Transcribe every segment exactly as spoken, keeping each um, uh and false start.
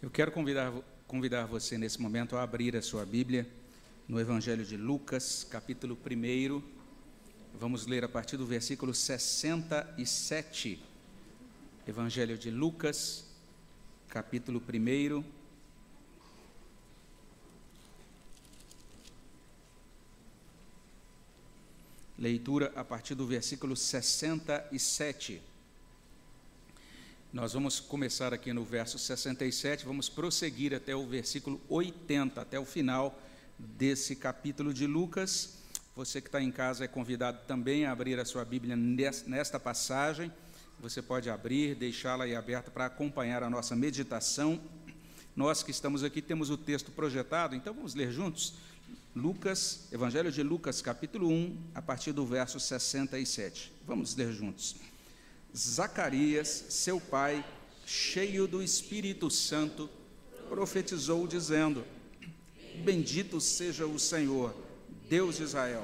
Eu quero convidar, convidar você nesse momento a abrir a sua Bíblia no Evangelho de Lucas, capítulo um. Vamos ler a partir do versículo sessenta e sete. Evangelho de Lucas, capítulo um. Leitura a partir do versículo sessenta e sete. Nós vamos começar aqui no verso sessenta e sete, vamos prosseguir até o versículo oitenta, até o final desse capítulo de Lucas. Você que está em casa é convidado também a abrir a sua Bíblia nesta passagem. Você pode abrir, deixá-la aí aberta para acompanhar a nossa meditação. Nós que estamos aqui temos o texto projetado, então vamos ler juntos? Lucas, Evangelho de Lucas, capítulo um, a partir do verso sessenta e sete. Vamos ler juntos. Zacarias, seu pai, cheio do Espírito Santo, profetizou dizendo: Bendito seja o Senhor, Deus de Israel,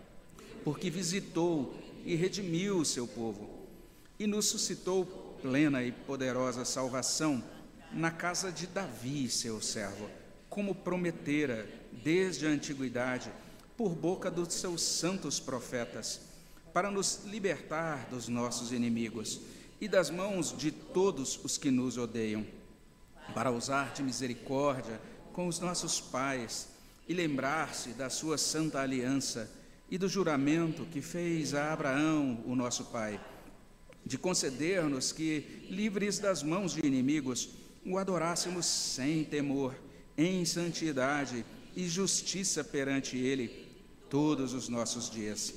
porque visitou e redimiu o seu povo, e nos suscitou plena e poderosa salvação na casa de Davi, seu servo, como prometera desde a antiguidade, por boca dos seus santos profetas, para nos libertar dos nossos inimigos e das mãos de todos os que nos odeiam, para usar de misericórdia com os nossos pais e lembrar-se da sua santa aliança e do juramento que fez a Abraão, o nosso pai, de conceder-nos que, livres das mãos de inimigos, o adorássemos sem temor, em santidade e justiça perante ele todos os nossos dias.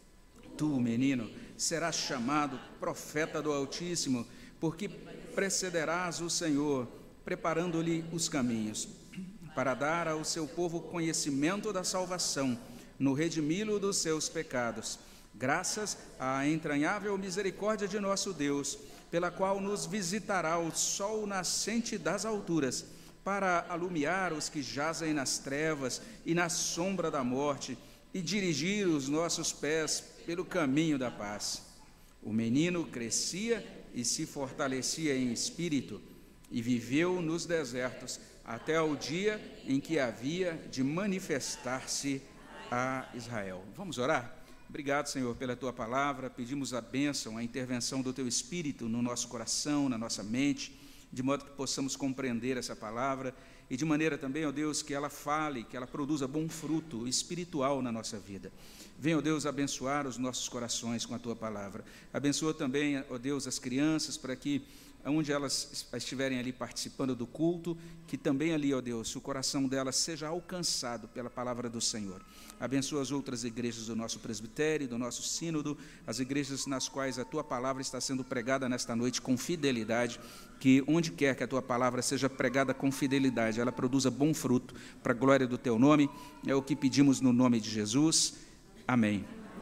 Tu, menino, serás chamado profeta do Altíssimo, porque precederás o Senhor, preparando-lhe os caminhos, para dar ao seu povo conhecimento da salvação, no redimi-lo dos seus pecados, graças à entranhável misericórdia de nosso Deus, pela qual nos visitará o sol nascente das alturas, para alumiar os que jazem nas trevas e na sombra da morte, e dirigir os nossos pés pelo caminho da paz. O menino crescia e se fortalecia em espírito, e viveu nos desertos até o dia em que havia de manifestar-se a Israel. Vamos orar? Obrigado, Senhor, pela Tua palavra. Pedimos a bênção, a intervenção do Teu Espírito no nosso coração, na nossa mente, de modo que possamos compreender essa palavra e de maneira também, ó Deus, que ela fale, que ela produza bom fruto espiritual na nossa vida. Venha, ó Deus, abençoar os nossos corações com a Tua palavra. Abençoa também, ó Deus, as crianças, para que, onde elas estiverem ali participando do culto, que também ali, ó Deus, o coração delas seja alcançado pela palavra do Senhor. Abençoa as outras igrejas do nosso presbitério, do nosso sínodo, as igrejas nas quais a Tua palavra está sendo pregada nesta noite com fidelidade, que onde quer que a Tua palavra seja pregada com fidelidade, ela produza bom fruto para a glória do Teu nome. É o que pedimos no nome de Jesus. Amém.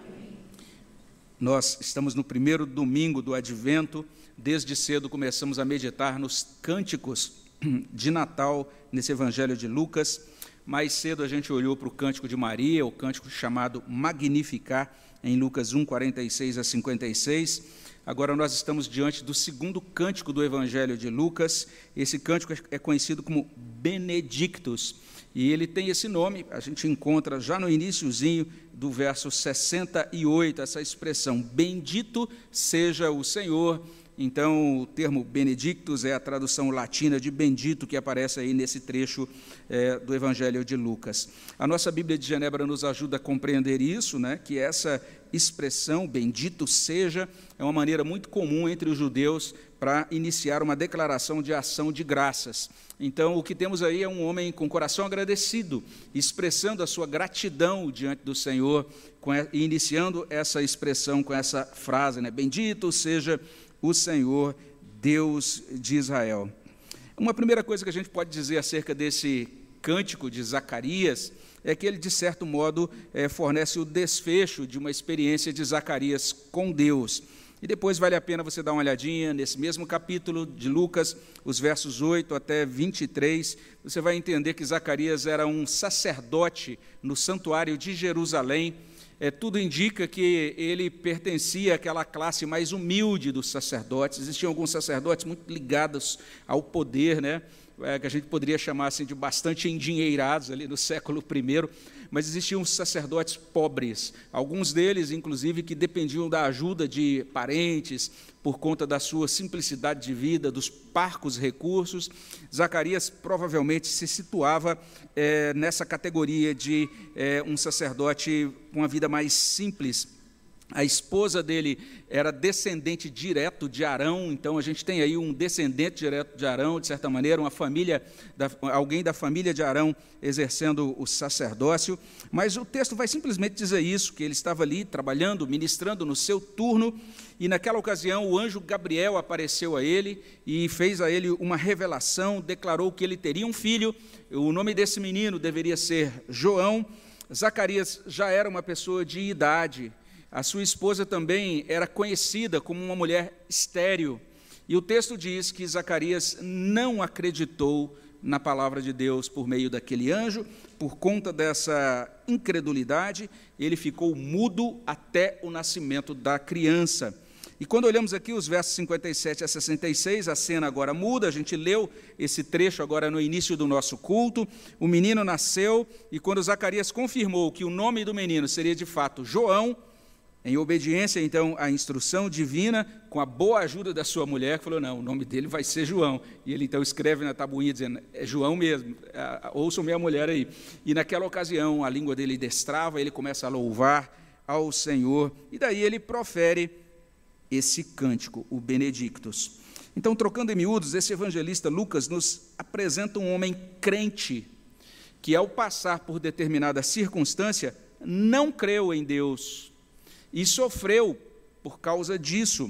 Nós estamos no primeiro domingo do Advento. Desde cedo começamos a meditar nos cânticos de Natal, nesse Evangelho de Lucas. Mais cedo a gente olhou para o cântico de Maria, o cântico chamado Magnificar, em Lucas um, quarenta e seis a cinquenta e seis. Agora nós estamos diante do segundo cântico do Evangelho de Lucas. Esse cântico é conhecido como Benedictus, e ele tem esse nome, a gente encontra já no iniciozinho do verso sessenta e oito, essa expressão, bendito seja o Senhor. Então, o termo Benedictus é a tradução latina de bendito que aparece aí nesse trecho é, do Evangelho de Lucas. A nossa Bíblia de Genebra nos ajuda a compreender isso, né, que essa expressão, bendito seja, é uma maneira muito comum entre os judeus para iniciar uma declaração de ação de graças. Então, o que temos aí é um homem com coração agradecido, expressando a sua gratidão diante do Senhor, com, e iniciando essa expressão com essa frase, né, bendito seja o Senhor, Deus de Israel. Uma primeira coisa que a gente pode dizer acerca desse cântico de Zacarias é que ele, de certo modo, é, fornece o desfecho de uma experiência de Zacarias com Deus. E depois vale a pena você dar uma olhadinha nesse mesmo capítulo de Lucas, os versos oito até vinte e três, você vai entender que Zacarias era um sacerdote no santuário de Jerusalém. É, tudo indica que ele pertencia àquela classe mais humilde dos sacerdotes. Existiam alguns sacerdotes muito ligados ao poder, né? é, que a gente poderia chamar assim, de bastante endinheirados ali no século primeiro, mas existiam sacerdotes pobres, alguns deles, inclusive, que dependiam da ajuda de parentes, por conta da sua simplicidade de vida, dos parcos recursos. Zacarias provavelmente se situava é, nessa categoria de é, um sacerdote com uma vida mais simples. A esposa dele era descendente direto de Arão, então a gente tem aí um descendente direto de Arão, de certa maneira, uma família, da, alguém da família de Arão exercendo o sacerdócio, mas o texto vai simplesmente dizer isso, que ele estava ali trabalhando, ministrando no seu turno, e naquela ocasião o anjo Gabriel apareceu a ele e fez a ele uma revelação, declarou que ele teria um filho, o nome desse menino deveria ser João. Zacarias já era uma pessoa de idade, a sua esposa também era conhecida como uma mulher estéril. E o texto diz que Zacarias não acreditou na palavra de Deus por meio daquele anjo. Por conta dessa incredulidade, ele ficou mudo até o nascimento da criança. E quando olhamos aqui os versos cinquenta e sete a sessenta e seis, a cena agora muda, a gente leu esse trecho agora no início do nosso culto. O menino nasceu, e quando Zacarias confirmou que o nome do menino seria de fato João, em obediência, então, à instrução divina, com a boa ajuda da sua mulher, que falou, não, o nome dele vai ser João. E ele, então, escreve na tabuinha, dizendo, é João mesmo, ouçam minha mulher aí. E, naquela ocasião, a língua dele destrava, ele começa a louvar ao Senhor, e daí ele profere esse cântico, o Benedictus. Então, trocando em miúdos, esse evangelista Lucas nos apresenta um homem crente, que, ao passar por determinada circunstância, não creu em Deus, e sofreu por causa disso.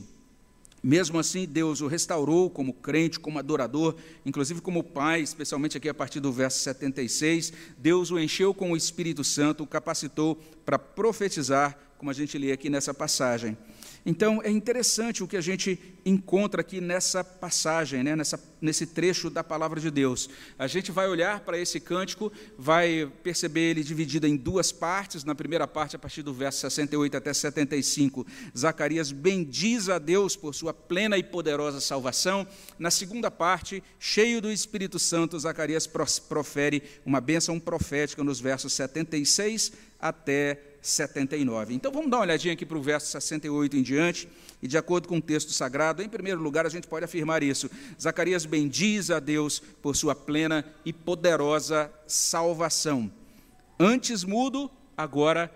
Mesmo assim, Deus o restaurou como crente, como adorador, inclusive como pai, especialmente aqui a partir do verso setenta e seis. Deus o encheu com o Espírito Santo, o capacitou para profetizar, como a gente lê aqui nessa passagem. Então, é interessante o que a gente encontra aqui nessa passagem, né, nessa, nesse trecho da palavra de Deus. A gente vai olhar para esse cântico, vai perceber ele dividido em duas partes. Na primeira parte, a partir do verso sessenta e oito até setenta e cinco, Zacarias bendiz a Deus por sua plena e poderosa salvação. Na segunda parte, cheio do Espírito Santo, Zacarias profere uma bênção profética nos versos setenta e seis até setenta e nove. Então, vamos dar uma olhadinha aqui para o verso sessenta e oito em diante, e de acordo com o texto sagrado, em primeiro lugar, a gente pode afirmar isso. Zacarias bendiz a Deus por sua plena e poderosa salvação. Antes mudo, agora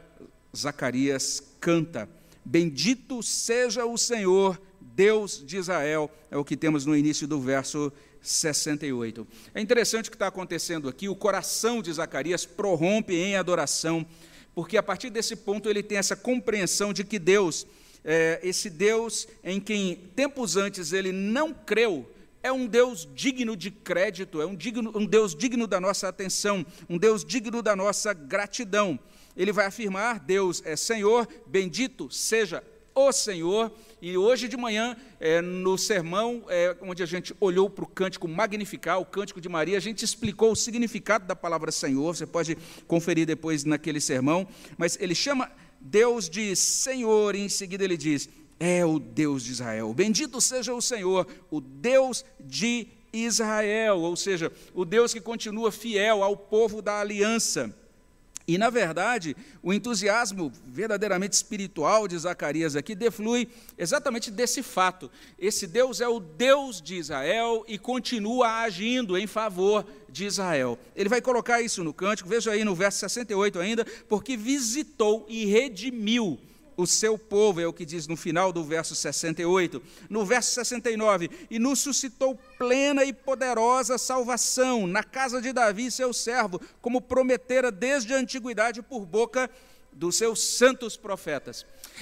Zacarias canta. Bendito seja o Senhor, Deus de Israel, é o que temos no início do verso sessenta e oito. É interessante o que está acontecendo aqui, o coração de Zacarias prorrompe em adoração, porque a partir desse ponto ele tem essa compreensão de que Deus, é, esse Deus em quem tempos antes ele não creu, é um Deus digno de crédito, é um, digno, um Deus digno da nossa atenção, um Deus digno da nossa gratidão. Ele vai afirmar, Deus é Senhor, bendito seja o Senhor. E hoje de manhã, é, no sermão, é, onde a gente olhou para o cântico Magnificar, o cântico de Maria, a gente explicou o significado da palavra Senhor, você pode conferir depois naquele sermão, mas ele chama Deus de Senhor, e em seguida ele diz, é o Deus de Israel, bendito seja o Senhor, o Deus de Israel, ou seja, o Deus que continua fiel ao povo da aliança. E, na verdade, o entusiasmo verdadeiramente espiritual de Zacarias aqui deflui exatamente desse fato. Esse Deus é o Deus de Israel e continua agindo em favor de Israel. Ele vai colocar isso no cântico, veja aí no verso sessenta e oito ainda, porque visitou e redimiu o seu povo, é o que diz no final do verso sessenta e oito. No verso sessenta e nove, e nos suscitou plena e poderosa salvação na casa de Davi, seu servo, como prometera desde a antiguidade por boca dos seus santos profetas.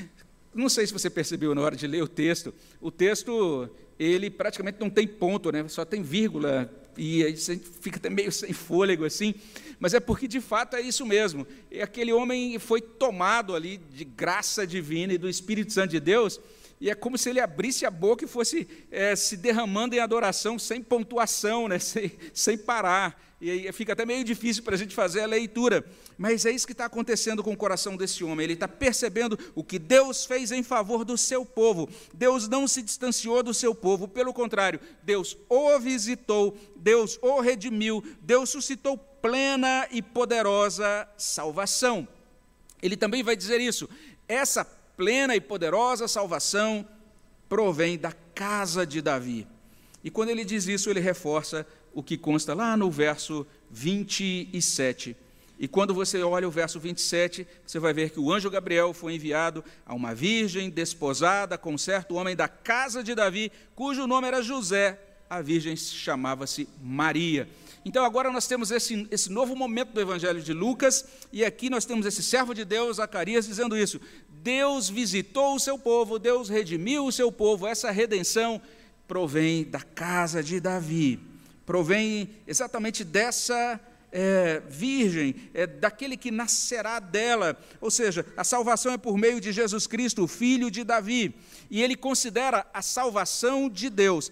Não sei se você percebeu na hora de ler o texto, o texto, ele praticamente não tem ponto, né? Só tem vírgula, e aí você fica até meio sem fôlego assim, mas é porque de fato é isso mesmo. E aquele homem foi tomado ali de graça divina e do Espírito Santo de Deus, e é como se ele abrisse a boca e fosse é, se derramando em adoração, sem pontuação, né? sem, sem parar. E aí fica até meio difícil para a gente fazer a leitura. Mas é isso que está acontecendo com o coração desse homem. Ele está percebendo o que Deus fez em favor do seu povo. Deus não se distanciou do seu povo, pelo contrário, Deus o visitou, Deus o redimiu, Deus suscitou plena e poderosa salvação. Ele também vai dizer isso, essa plena e poderosa salvação provém da casa de Davi. E quando ele diz isso, ele reforça o que consta lá no verso vinte e sete. E quando você olha o verso vinte e sete, você vai ver que o anjo Gabriel foi enviado a uma virgem desposada com certo homem da casa de Davi, cujo nome era José, a virgem chamava-se Maria. Então agora nós temos esse, esse novo momento do Evangelho de Lucas, e aqui nós temos esse servo de Deus, Zacarias, dizendo isso. Deus visitou o seu povo, Deus redimiu o seu povo, essa redenção provém da casa de Davi, provém exatamente dessa é, virgem, é, daquele que nascerá dela, ou seja, a salvação é por meio de Jesus Cristo, o filho de Davi, e ele considera a salvação de Deus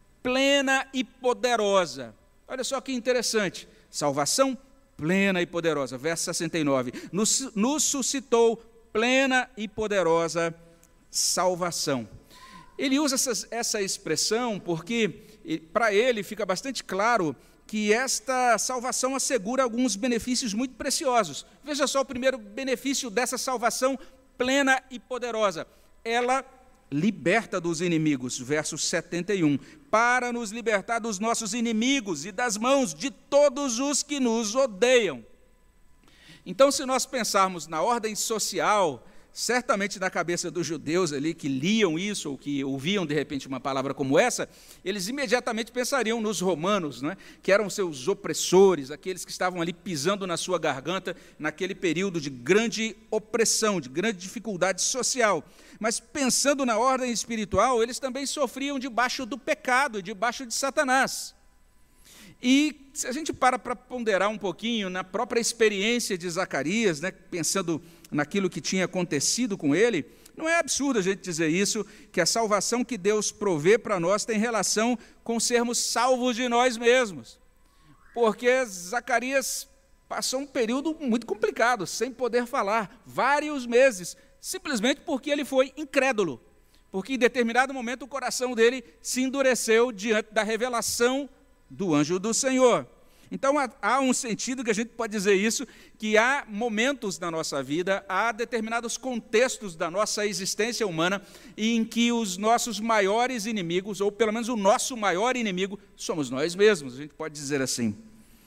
plena e poderosa. Olha só que interessante, salvação plena e poderosa, verso sessenta e nove, nos, nos suscitou plena e poderosa salvação. Ele usa essa, essa expressão porque, para ele, fica bastante claro que esta salvação assegura alguns benefícios muito preciosos. Veja só o primeiro benefício dessa salvação plena e poderosa. Ela liberta dos inimigos, verso setenta e um, para nos libertar dos nossos inimigos e das mãos de todos os que nos odeiam. Então, se nós pensarmos na ordem social, certamente na cabeça dos judeus ali que liam isso, ou que ouviam de repente uma palavra como essa, eles imediatamente pensariam nos romanos, né, que eram seus opressores, aqueles que estavam ali pisando na sua garganta naquele período de grande opressão, de grande dificuldade social. Mas pensando na ordem espiritual, eles também sofriam debaixo do pecado, debaixo de Satanás. E se a gente para para ponderar um pouquinho na própria experiência de Zacarias, né, pensando naquilo que tinha acontecido com ele, não é absurdo a gente dizer isso, que a salvação que Deus provê para nós tem relação com sermos salvos de nós mesmos. Porque Zacarias passou um período muito complicado, sem poder falar, vários meses, simplesmente porque ele foi incrédulo, porque em determinado momento o coração dele se endureceu diante da revelação do anjo do Senhor. Então, há um sentido que a gente pode dizer isso, que há momentos na nossa vida, há determinados contextos da nossa existência humana em que os nossos maiores inimigos, ou pelo menos o nosso maior inimigo, somos nós mesmos, a gente pode dizer assim.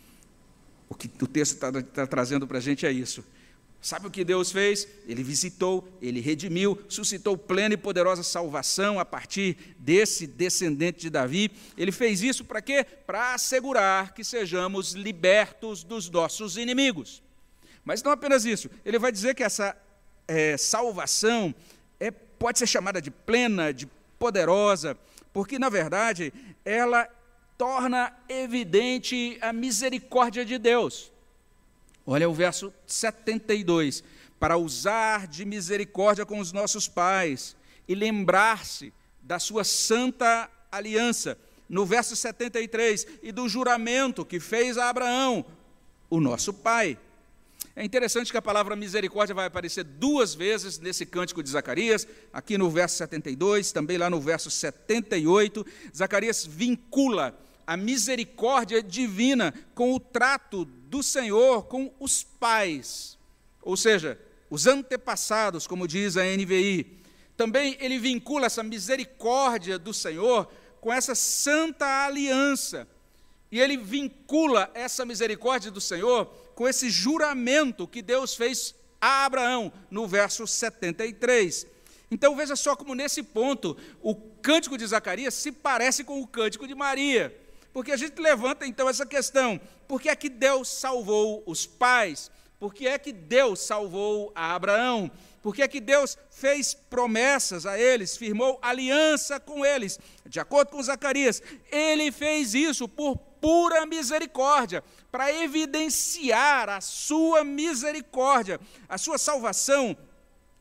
O que o texto está tá trazendo para a gente é isso. Sabe o que Deus fez? Ele visitou, ele redimiu, suscitou plena e poderosa salvação a partir desse descendente de Davi. Ele fez isso para quê? Para assegurar que sejamos libertos dos nossos inimigos. Mas não apenas isso, ele vai dizer que essa é, salvação é, pode ser chamada de plena, de poderosa, porque, na verdade, ela torna evidente a misericórdia de Deus. Olha o verso setenta e dois, para usar de misericórdia com os nossos pais e lembrar-se da sua santa aliança. No verso setenta e três, e do juramento que fez a Abraão, o nosso pai. É interessante que a palavra misericórdia vai aparecer duas vezes nesse cântico de Zacarias, aqui no verso setenta e dois, também lá no verso setenta e oito, Zacarias vincula a misericórdia divina com o trato do Senhor com os pais, ou seja, os antepassados, como diz a N V I. Também ele vincula essa misericórdia do Senhor com essa santa aliança, e ele vincula essa misericórdia do Senhor com esse juramento que Deus fez a Abraão, no verso setenta e três. Então veja só como nesse ponto o cântico de Zacarias se parece com o cântico de Maria. Porque a gente levanta, então, essa questão, por que é que Deus salvou os pais? Por que é que Deus salvou a Abraão? Por que é que Deus fez promessas a eles, firmou aliança com eles? De acordo com Zacarias, ele fez isso por pura misericórdia, para evidenciar a sua misericórdia. A sua salvação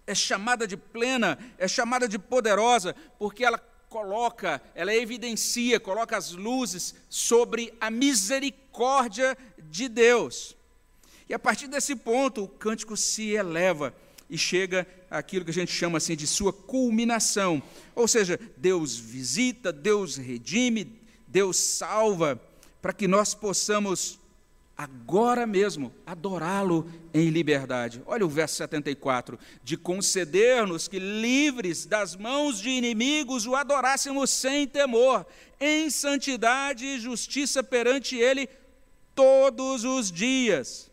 é chamada de plena, é chamada de poderosa, porque ela coloca, ela evidencia, coloca as luzes sobre a misericórdia de Deus. E a partir desse ponto, o cântico se eleva e chega àquilo que a gente chama assim de sua culminação. Ou seja, Deus visita, Deus redime, Deus salva, para que nós possamos agora mesmo adorá-lo em liberdade. Olha o verso setenta e quatro, de conceder-nos que livres das mãos de inimigos o adorássemos sem temor, em santidade e justiça perante ele todos os dias.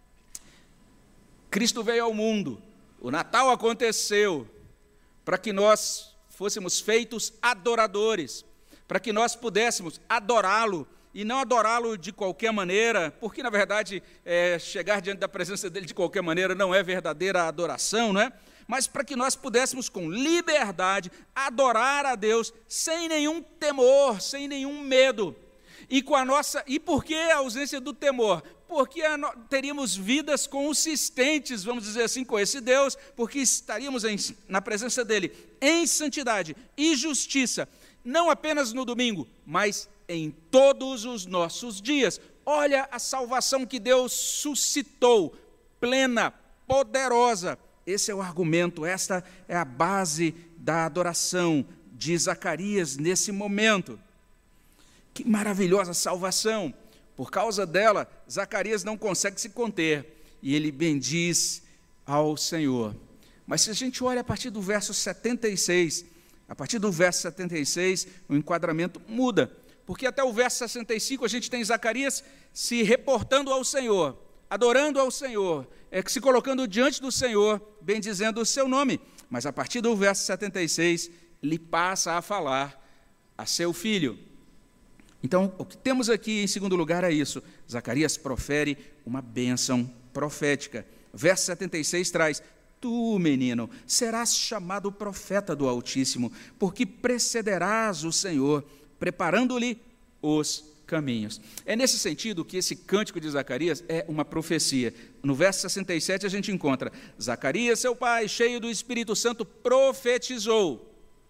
Cristo veio ao mundo, o Natal aconteceu para que nós fôssemos feitos adoradores, para que nós pudéssemos adorá-lo, e não adorá-lo de qualquer maneira, porque, na verdade, é, chegar diante da presença dele de qualquer maneira não é verdadeira adoração, não é? Mas para que nós pudéssemos, com liberdade, adorar a Deus sem nenhum temor, sem nenhum medo. E, com a nossa, e por que a ausência do temor? Porque a, teríamos vidas consistentes, vamos dizer assim, com esse Deus, porque estaríamos em, na presença dele em santidade e justiça, não apenas no domingo, mas em todos os nossos dias. Olha a salvação que Deus suscitou, plena, poderosa. Esse é o argumento, esta é a base da adoração de Zacarias nesse momento. Que maravilhosa salvação! Por causa dela, Zacarias não consegue se conter, e ele bendiz ao Senhor. Mas se a gente olha a partir do verso setenta e seis, a partir do verso setenta e seis, o enquadramento muda, porque até o verso sessenta e cinco a gente tem Zacarias se reportando ao Senhor, adorando ao Senhor, é, se colocando diante do Senhor, bendizendo o seu nome. Mas a partir do verso setenta e seis, ele passa a falar a seu filho. Então, o que temos aqui em segundo lugar é isso. Zacarias profere uma bênção profética. Verso setenta e seis traz: tu, menino, serás chamado profeta do Altíssimo, porque precederás o Senhor, preparando-lhe os caminhos. É nesse sentido que esse cântico de Zacarias é uma profecia. No verso sessenta e sete a gente encontra: Zacarias, seu pai, cheio do Espírito Santo, profetizou.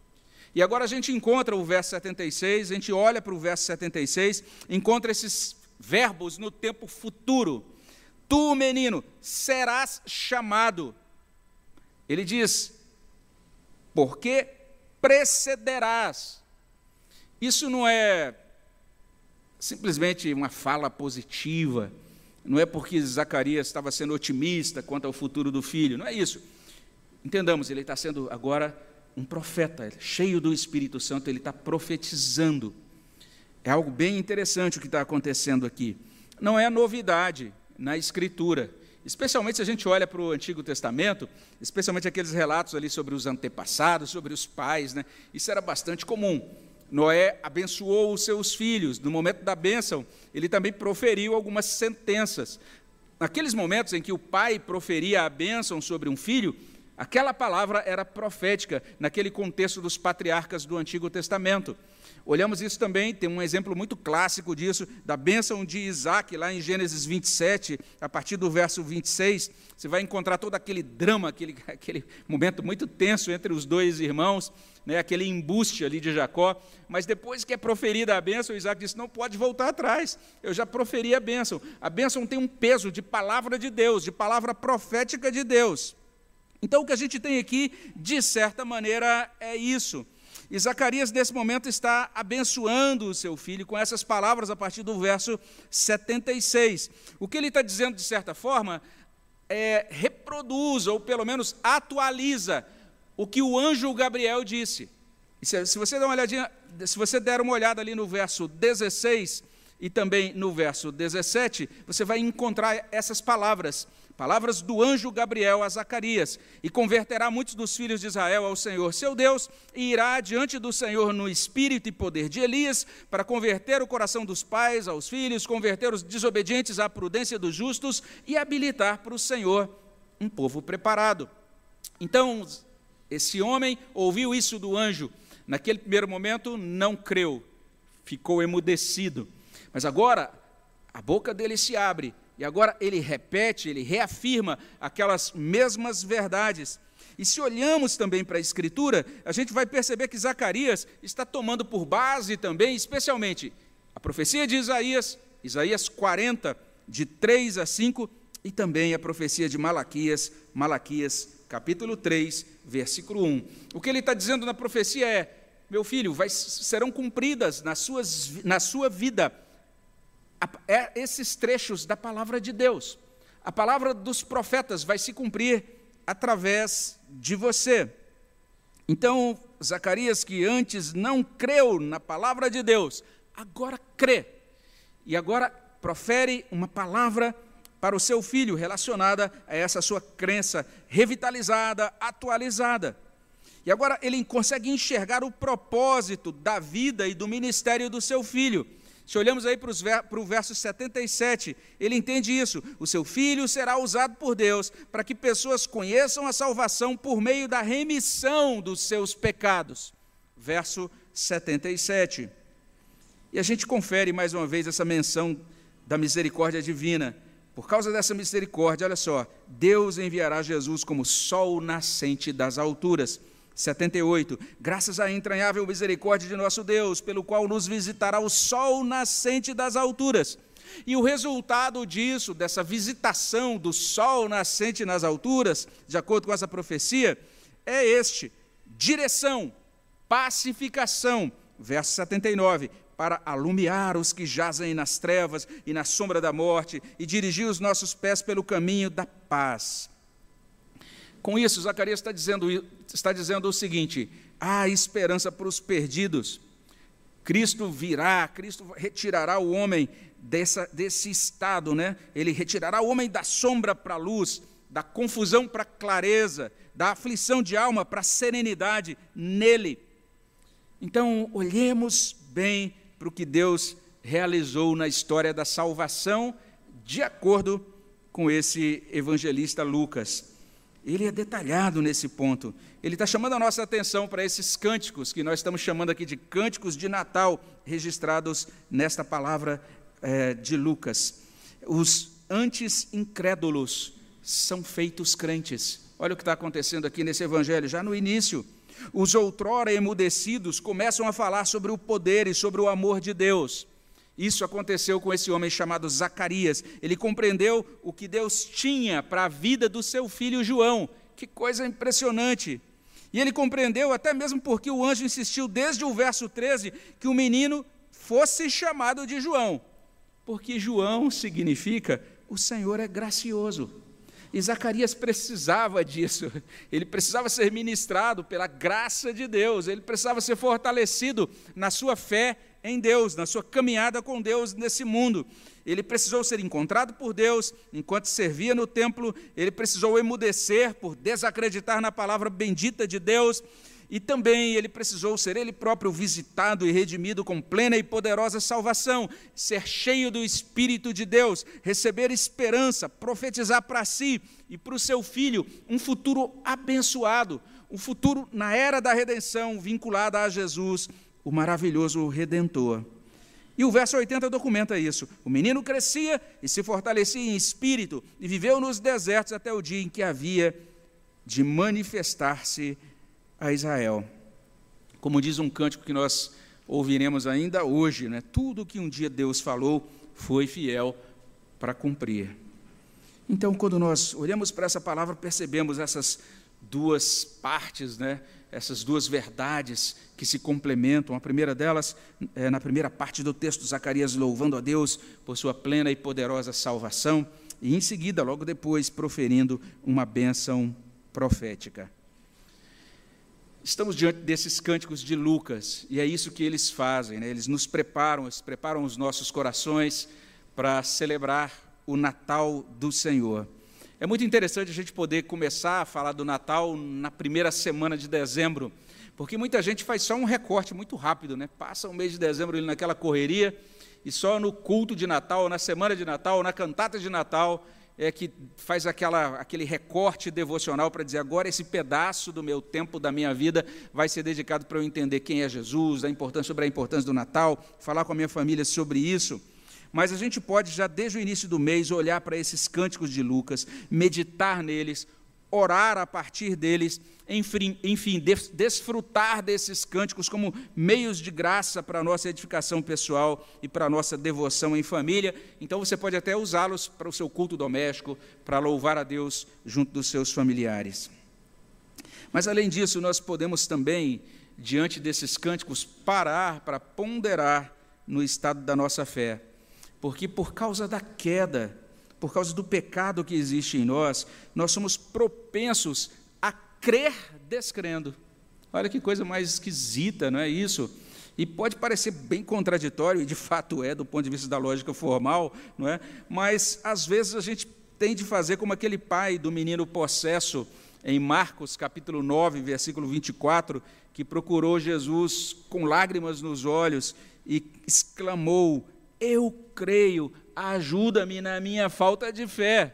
E agora a gente encontra o verso setenta e seis, a gente olha para o verso setenta e seis, encontra esses verbos no tempo futuro. Tu, menino, serás chamado. Ele diz: porque precederás. Isso não é simplesmente uma fala positiva, não é porque Zacarias estava sendo otimista quanto ao futuro do filho, não é isso. Entendamos, ele está sendo agora um profeta, cheio do Espírito Santo, ele está profetizando. É algo bem interessante o que está acontecendo aqui. Não é novidade na Escritura, especialmente se a gente olha para o Antigo Testamento, especialmente aqueles relatos ali sobre os antepassados, sobre os pais, né? Isso era bastante comum. Noé abençoou os seus filhos. No momento da bênção, ele também proferiu algumas sentenças. Naqueles momentos em que o pai proferia a bênção sobre um filho, aquela palavra era profética, naquele contexto dos patriarcas do Antigo Testamento. Olhamos isso também, tem um exemplo muito clássico disso, da bênção de Isaac, lá em Gênesis vinte e sete, a partir do verso vinte e seis, você vai encontrar todo aquele drama, aquele, aquele momento muito tenso entre os dois irmãos, né, aquele embuste ali de Jacó, mas depois que é proferida a bênção, Isaac disse: não pode voltar atrás, eu já proferi a bênção. A bênção tem um peso de palavra de Deus, de palavra profética de Deus. Então, o que a gente tem aqui, de certa maneira, é isso. E Zacarias, nesse momento, está abençoando o seu filho com essas palavras a partir do verso setenta e seis. O que ele está dizendo, de certa forma, é, reproduz, ou pelo menos atualiza, o que o anjo Gabriel disse. E se, se, você der uma olhadinha, se você der uma olhada ali no verso dezesseis e também no verso dezessete, você vai encontrar essas palavras. Palavras do anjo Gabriel a Zacarias: e converterá muitos dos filhos de Israel ao Senhor seu Deus, e irá diante do Senhor no espírito e poder de Elias, para converter o coração dos pais aos filhos, converter os desobedientes à prudência dos justos, e habilitar para o Senhor um povo preparado. Então, esse homem ouviu isso do anjo. Naquele primeiro momento, não creu, ficou emudecido. Mas agora, a boca dele se abre, e agora ele repete, ele reafirma aquelas mesmas verdades. E se olhamos também para a Escritura, a gente vai perceber que Zacarias está tomando por base também, especialmente, a profecia de Isaías, Isaías quarenta, de três a cinco, e também a profecia de Malaquias, Malaquias capítulo três, versículo um. O que ele está dizendo na profecia é: meu filho, vai, serão cumpridas nas suas, na sua vida é, esses trechos da palavra de Deus. A palavra dos profetas vai se cumprir através de você. Então, Zacarias, que antes não creu na palavra de Deus, agora crê. E agora profere uma palavra para o seu filho, relacionada a essa sua crença revitalizada, atualizada. E agora ele consegue enxergar o propósito da vida e do ministério do seu filho. Se olhamos aí para, os, para o verso setenta e sete, ele entende isso: o seu filho será usado por Deus para que pessoas conheçam a salvação por meio da remissão dos seus pecados. Verso setenta e sete. E a gente confere mais uma vez essa menção da misericórdia divina. Por causa dessa misericórdia, olha só, Deus enviará Jesus como sol nascente das alturas. setenta e oito, graças à entranhável misericórdia de nosso Deus, pelo qual nos visitará o sol nascente das alturas. E o resultado disso, dessa visitação do sol nascente nas alturas, de acordo com essa profecia, é este: direção, pacificação, verso setenta e nove, para alumiar os que jazem nas trevas e na sombra da morte, e dirigir os nossos pés pelo caminho da paz. Com isso, Zacarias está dizendo, está dizendo o seguinte: há esperança para os perdidos. Cristo virá, Cristo retirará o homem dessa, desse estado, né? Ele retirará o homem da sombra para a luz, da confusão para a clareza, da aflição de alma para a serenidade nele. Então, olhemos bem para o que Deus realizou na história da salvação, de acordo com esse evangelista Lucas. Ele é detalhado nesse ponto. Ele está chamando a nossa atenção para esses cânticos, que nós estamos chamando aqui de cânticos de Natal, registrados nesta palavra é, de Lucas. Os antes incrédulos são feitos crentes. Olha o que está acontecendo aqui nesse evangelho, já no início. Os outrora emudecidos começam a falar sobre o poder e sobre o amor de Deus. Isso aconteceu com esse homem chamado Zacarias. Ele compreendeu o que Deus tinha para a vida do seu filho João. Que coisa impressionante! E ele compreendeu até mesmo porque o anjo insistiu desde o verso treze que o menino fosse chamado de João. Porque João significa o Senhor é gracioso. E Zacarias precisava disso, ele precisava ser ministrado pela graça de Deus, ele precisava ser fortalecido na sua fé em Deus, na sua caminhada com Deus nesse mundo. Ele precisou ser encontrado por Deus enquanto servia no templo, ele precisou emudecer por desacreditar na palavra bendita de Deus, e também ele precisou ser ele próprio visitado e redimido com plena e poderosa salvação, ser cheio do Espírito de Deus, receber esperança, profetizar para si e para o seu filho um futuro abençoado, um futuro na era da redenção vinculado a Jesus, o maravilhoso Redentor. E o verso oitenta documenta isso. O menino crescia e se fortalecia em espírito e viveu nos desertos até o dia em que havia de manifestar-se a Israel. Como diz um cântico que nós ouviremos ainda hoje, né? Tudo que um dia Deus falou foi fiel para cumprir. Então, quando nós olhamos para essa palavra, percebemos essas duas partes, né? Essas duas verdades que se complementam. A primeira delas, é na primeira parte do texto, Zacarias louvando a Deus por sua plena e poderosa salvação, e em seguida, logo depois, proferindo uma bênção profética. Estamos diante desses cânticos de Lucas, e é isso que eles fazem, né? Eles nos preparam, eles preparam os nossos corações para celebrar o Natal do Senhor. É muito interessante a gente poder começar a falar do Natal na primeira semana de dezembro, porque muita gente faz só um recorte muito rápido, né? Passa o mês de dezembro ali naquela correria, e só no culto de Natal, na semana de Natal, na cantata de Natal, é que faz aquela, aquele recorte devocional para dizer: agora esse pedaço do meu tempo, da minha vida, vai ser dedicado para eu entender quem é Jesus, a importância, sobre a importância do Natal, falar com a minha família sobre isso. Mas a gente pode, já desde o início do mês, olhar para esses cânticos de Lucas, meditar neles, orar a partir deles, enfim, enfim, desfrutar desses cânticos como meios de graça para a nossa edificação pessoal e para a nossa devoção em família. Então você pode até usá-los para o seu culto doméstico, para louvar a Deus junto dos seus familiares. Mas, além disso, nós podemos também, diante desses cânticos, parar para ponderar no estado da nossa fé. Porque por causa da queda, por causa do pecado que existe em nós, nós somos propensos a crer descrendo. Olha que coisa mais esquisita, não é isso? E pode parecer bem contraditório, e de fato é, do ponto de vista da lógica formal, não é? Mas, às vezes, a gente tem de fazer como aquele pai do menino possesso, em Marcos, capítulo nove, versículo vinte e quatro, que procurou Jesus com lágrimas nos olhos e exclamou: eu creio, ajuda-me na minha falta de fé.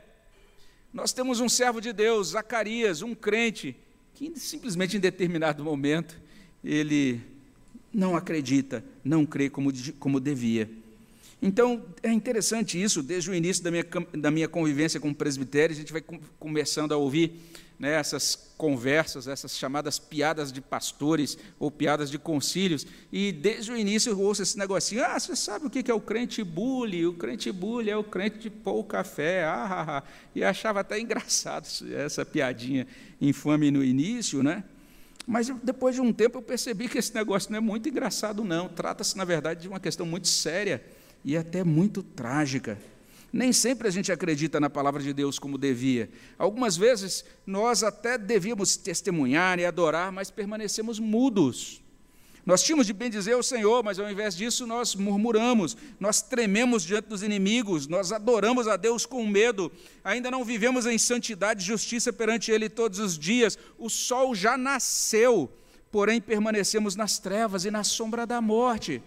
Nós temos um servo de Deus, Zacarias, um crente, que simplesmente em determinado momento ele não acredita, não crê como, como devia. Então, é interessante isso, desde o início da minha, da minha convivência com o presbitério, a gente vai começando a ouvir, né, essas conversas, essas chamadas piadas de pastores ou piadas de concílios, e desde o início eu ouço esse negocinho: ah, você sabe o que é o crente bully? O crente bully é o crente de pôr o café, ah, ah, ah. E eu achava até engraçado essa piadinha infame no início, né? Mas depois de um tempo eu percebi que esse negócio não é muito engraçado, não. Trata-se, na verdade, de uma questão muito séria e até muito trágica. Nem sempre a gente acredita na palavra de Deus como devia. Algumas vezes nós até devíamos testemunhar e adorar, mas permanecemos mudos. Nós tínhamos de bendizer o Senhor, mas ao invés disso nós murmuramos, nós trememos diante dos inimigos, nós adoramos a Deus com medo, ainda não vivemos em santidade e justiça perante Ele todos os dias. O sol já nasceu, porém permanecemos nas trevas e na sombra da morte.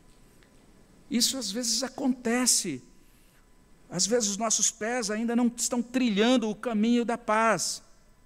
Isso às vezes acontece. Às vezes os nossos pés ainda não estão trilhando o caminho da paz.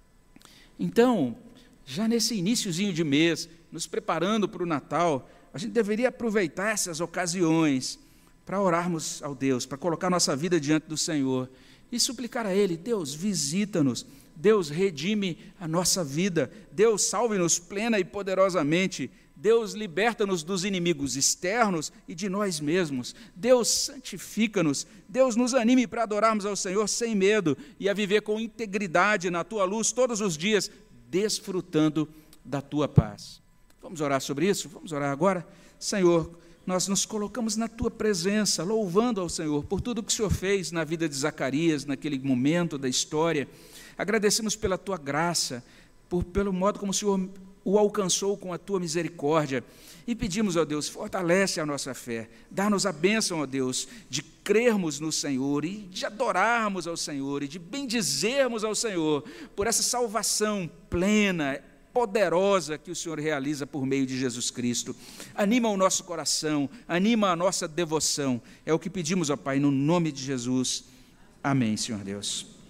Então, já nesse iniciozinho de mês, nos preparando para o Natal, a gente deveria aproveitar essas ocasiões para orarmos ao Deus, para colocar nossa vida diante do Senhor e suplicar a Ele: Deus, visita-nos, Deus, redime a nossa vida, Deus, salve-nos plena e poderosamente, Deus, liberta-nos dos inimigos externos e de nós mesmos. Deus, santifica-nos. Deus, nos anime para adorarmos ao Senhor sem medo e a viver com integridade na Tua luz todos os dias, desfrutando da Tua paz. Vamos orar sobre isso? Vamos orar agora? Senhor, nós nos colocamos na Tua presença, louvando ao Senhor por tudo que o Senhor fez na vida de Zacarias, naquele momento da história. Agradecemos pela Tua graça, por, pelo modo como o Senhor o alcançou com a Tua misericórdia, e pedimos, ó Deus, fortalece a nossa fé, dá-nos a bênção, ó Deus, de crermos no Senhor, e de adorarmos ao Senhor, e de bendizermos ao Senhor, por essa salvação plena, poderosa que o Senhor realiza por meio de Jesus Cristo. Anima o nosso coração, anima a nossa devoção, é o que pedimos, ó Pai, no nome de Jesus. Amém, Senhor Deus.